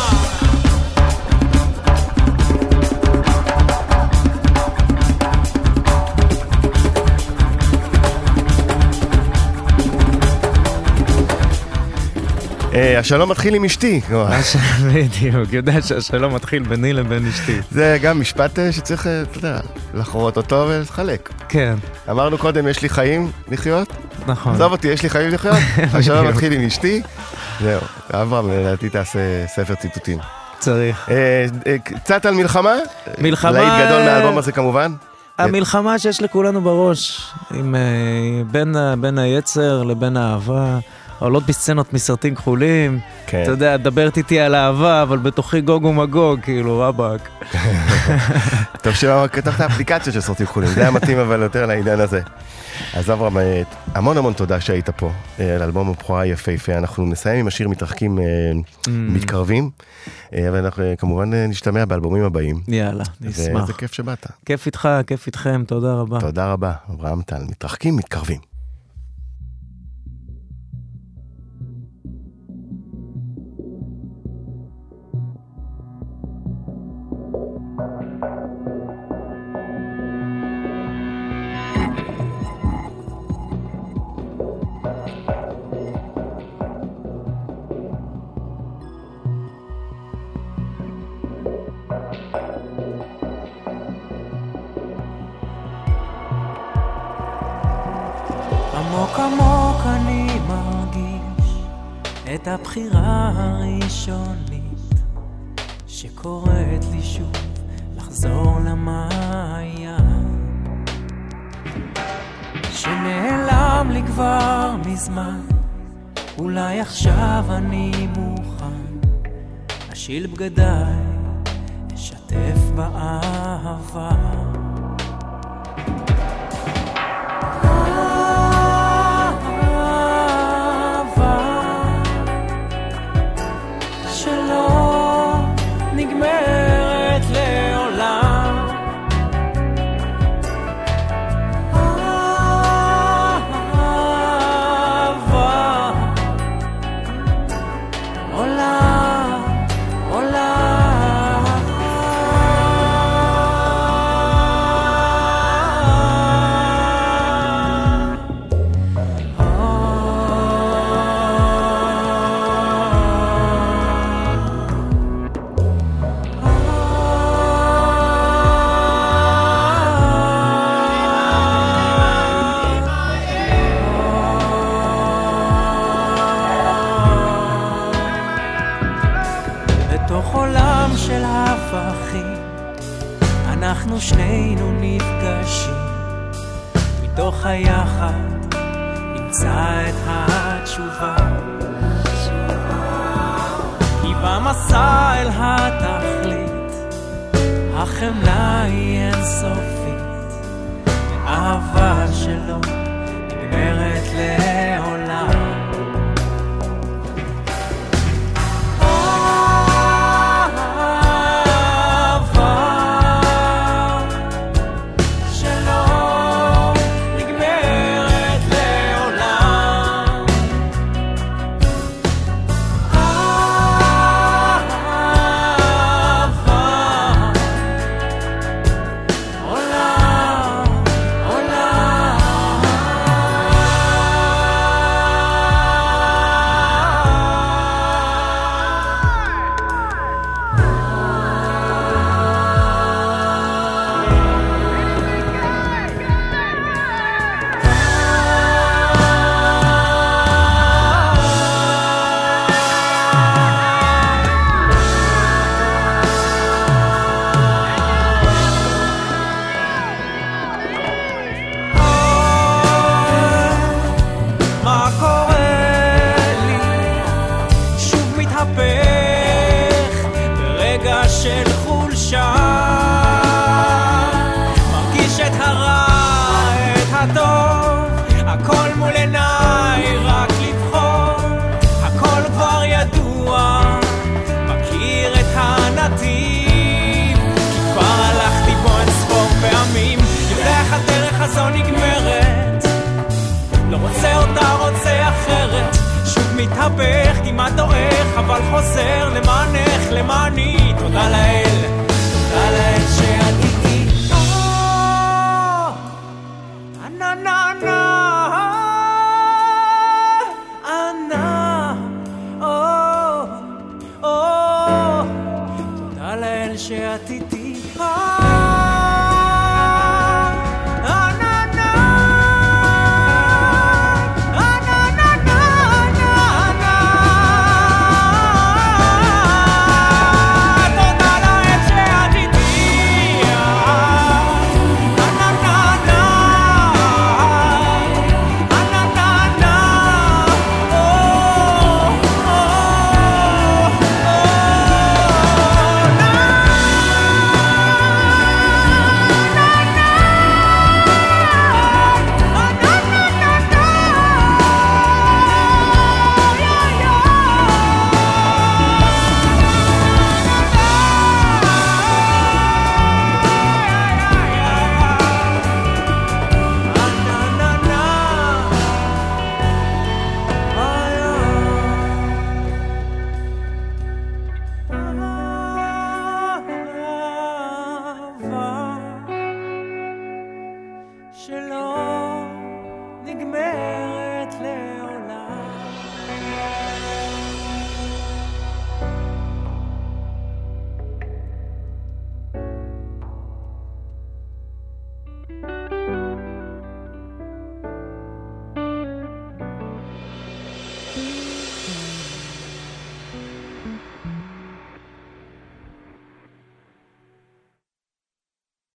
השלום מתחיל עם אשתי. בדיוק, יודע שהשלום מתחיל ביני לבין אשתי. זה גם משפט שצריך, אתה יודע, לחרות אותו ולחלק. כן. אמרנו קודם, יש לי חיים לחיות. נכון. עזוב אותי, יש לי חיים לחיות. השלום מתחיל עם אשתי. זהו, אברהם, לדעתי תעשה ספר ציטוטים. צריך. קצת על מלחמה. מלחמה... להיט גדול מהאלבום הזה כמובן. המלחמה שיש לכולנו בראש, עם, בין, בין היצר לבין האהבה. עולות בסצנות מסרטים כחולים, כן. אתה יודע, דברת איתי על אהבה, אבל בתוכי גוג ומגוג, כאילו, רבק. טוב שכתבת אפליקציות של סרטים כחולים, זה היה מתאים אבל יותר לעידן הזה. אז אברהם, המון המון תודה שהיית פה, על אלבום הבכורה יפהפה. אנחנו נסיים עם השיר מתרחקים מתקרבים, ואנחנו כמובן נשתמע באלבומים הבאים. יאללה, נשמח. וזה כיף שבאת. כיף איתך, כיף איתכם, תודה רבה. תודה רבה, אברהם טל, מתרחקים מתקרבים. עמוק עמוק אני מרגיש את הבחירה הראשונית שקוראת לי שוב לחזור למעיין שנעלם לי כבר מזמן. אולי עכשיו אני מוכן אשיל בגדיי, אשתף באהבה. נגמרת לעולם. אהבה עולה, עולה. אנחנו שנינו נפגשים, מתוך היחד נמצא את התשובה. כי במסע אל התכלית החמלה היא אינסופית, האהבה שלו נגמרת לעולם. מתהפך ברגע של חולשה, מרגיש את הרע, את הטוב, הכל מול עיניי, רק לבחור, הכל כבר ידוע, מכיר את הנתיב, כי כבר הלכתי בו אין ספור פעמים, יודע איך הדרך הזו נגמרת, לא רוצה אותה, רוצה אחרת, שוב מתהפך, כמעט דורך, אבל חוזר למענך, למעני, תודה לאל, תודה לאל שאת איתי. אנה נה נה אנה או או תודה לאל שאת איתי.